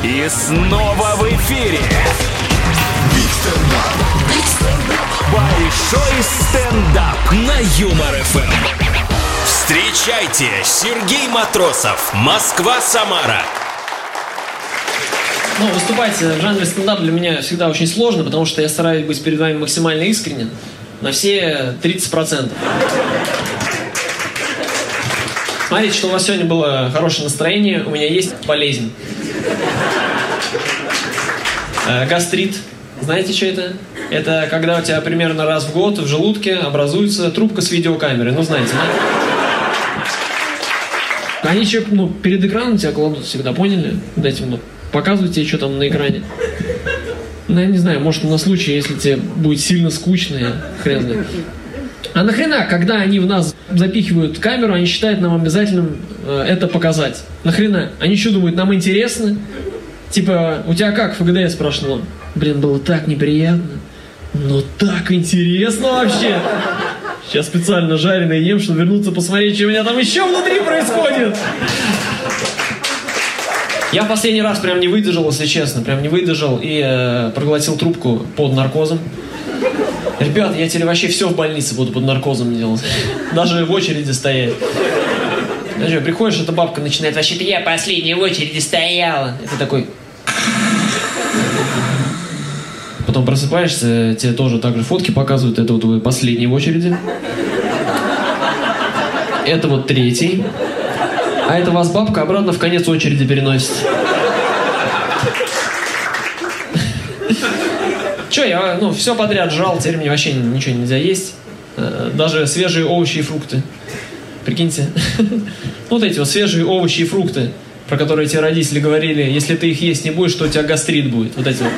И снова в эфире большой стендап на Юмор ФМ. Встречайте, Сергей Матросов, Москва-Самара. Выступать в жанре стендап для меня всегда очень сложно, потому что я стараюсь быть перед вами максимально искренен на все 30%. Смотрите, что у вас сегодня было хорошее настроение, у меня есть болезнь. Гастрит. Знаете, что это? Это когда у тебя примерно раз в год в желудке образуется трубка с видеокамерой. Знаете, да? Они еще перед экраном тебя кладут всегда, поняли? Этим показывают тебе, что там на экране. Я не знаю, может на случай, если тебе будет сильно скучно, хрен знает. А нахрена, когда они в нас запихивают камеру, они считают нам обязательным это показать? Нахрена? Они что думают, нам интересно? Типа, у тебя как ФГДС прошло? Блин, было так неприятно, но так интересно вообще. Сейчас специально жареное ем, чтобы вернуться посмотреть, что у меня там еще внутри происходит. Я в последний раз прям не выдержал, если честно, прям не выдержал и проглотил трубку под наркозом. Ребят, я теперь вообще все в больнице буду под наркозом делать. Даже в очереди стоять. Знаешь, приходишь, эта бабка начинает: вообще-то я последняя в очереди стояла. И ты такой... Потом просыпаешься, тебе тоже так же фотки показывают. Это вот вы последний в очереди. Это вот третий. А это вас бабка обратно в конец очереди переносит. Че, я все подряд жрал, теперь мне вообще ничего нельзя есть. Даже свежие овощи и фрукты. Прикиньте. Вот эти вот свежие овощи и фрукты, про которые тебе родители говорили: если ты их есть не будешь, то у тебя гастрит будет. Вот эти вот.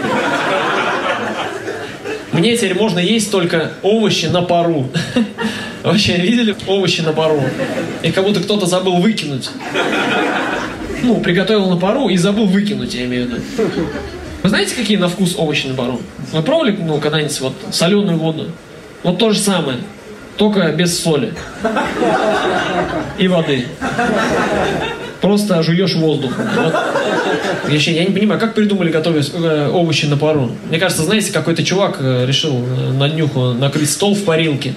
Мне теперь можно есть только овощи на пару. Вообще, видели овощи на пару? Их как будто кто-то забыл выкинуть. Приготовил на пару и забыл выкинуть, я имею в виду. Вы знаете, какие на вкус овощи на пару? Вы пробовали, когда-нибудь соленую воду? Вот то же самое, только без соли. И воды. Просто жуешь воздух. Я не понимаю, как придумали готовить овощи на пару? Мне кажется, знаете, какой-то чувак решил на днюху накрыть стол в парилке.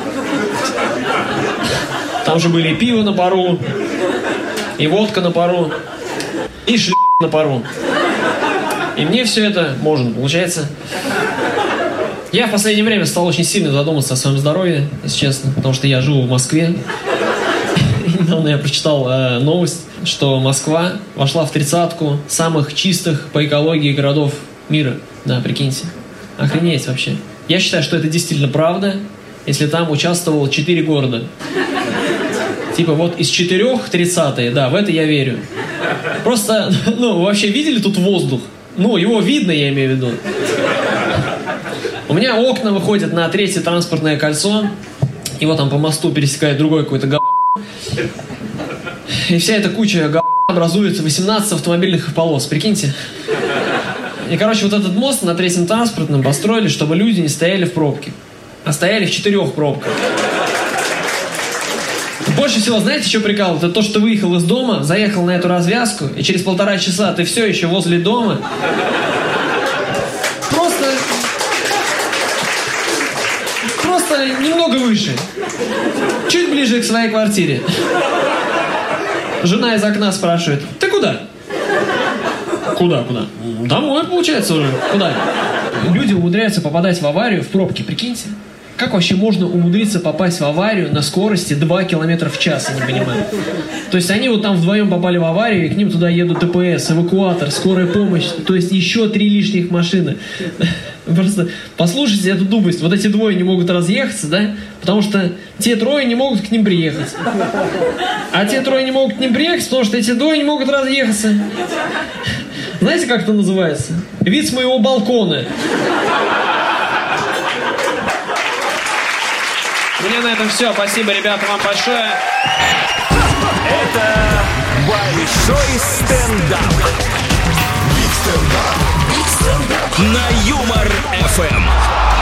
Там же были и пиво на пару, и водка на пару, и на пару. И мне все это можно, получается. Я в последнее время стал очень сильно задумываться о своем здоровье, если честно, потому что я живу в Москве. И недавно я прочитал новость, что Москва вошла в 30-ку самых чистых по экологии городов мира. Да, прикиньте. Охренеть вообще. Я считаю, что это действительно правда, если там участвовало 4 города. Типа вот из 4 30-е, да, в это я верю. Просто, вообще видели тут воздух? Его видно, я имею в виду. У меня окна выходят на 3-е транспортное кольцо. Его там по мосту пересекает другой какой-то И вся эта куча образует 18 автомобильных полос, прикиньте. И, вот этот мост на 3-м транспортном построили, чтобы люди не стояли в пробке, а стояли в 4 пробках. Больше всего, знаете, что прикалывает? Это то, что выехал из дома, заехал на эту развязку, и через 1,5 часа ты все еще возле дома. Просто немного выше. Чуть ближе к своей квартире. Жена из окна спрашивает: ты куда? Куда? Домой, получается, уже. Куда? Люди умудряются попадать в аварию в пробке, прикиньте. Как вообще можно умудриться попасть в аварию на скорости 2 км в час, я не понимаю. То есть они там вдвоем попали в аварию, и к ним туда едут ДПС, эвакуатор, скорая помощь, то есть еще 3 лишних машины. Просто послушайте эту тупость. Вот эти двое не могут разъехаться, да? Потому что те 3 не могут к ним приехать. А те 3 не могут к ним приехать, потому что эти 2 не могут разъехаться. Знаете, как это называется? Вид с моего балкона. У меня на этом все. Спасибо, ребята, вам большое. Это большой стендап. На Юмор ФМ.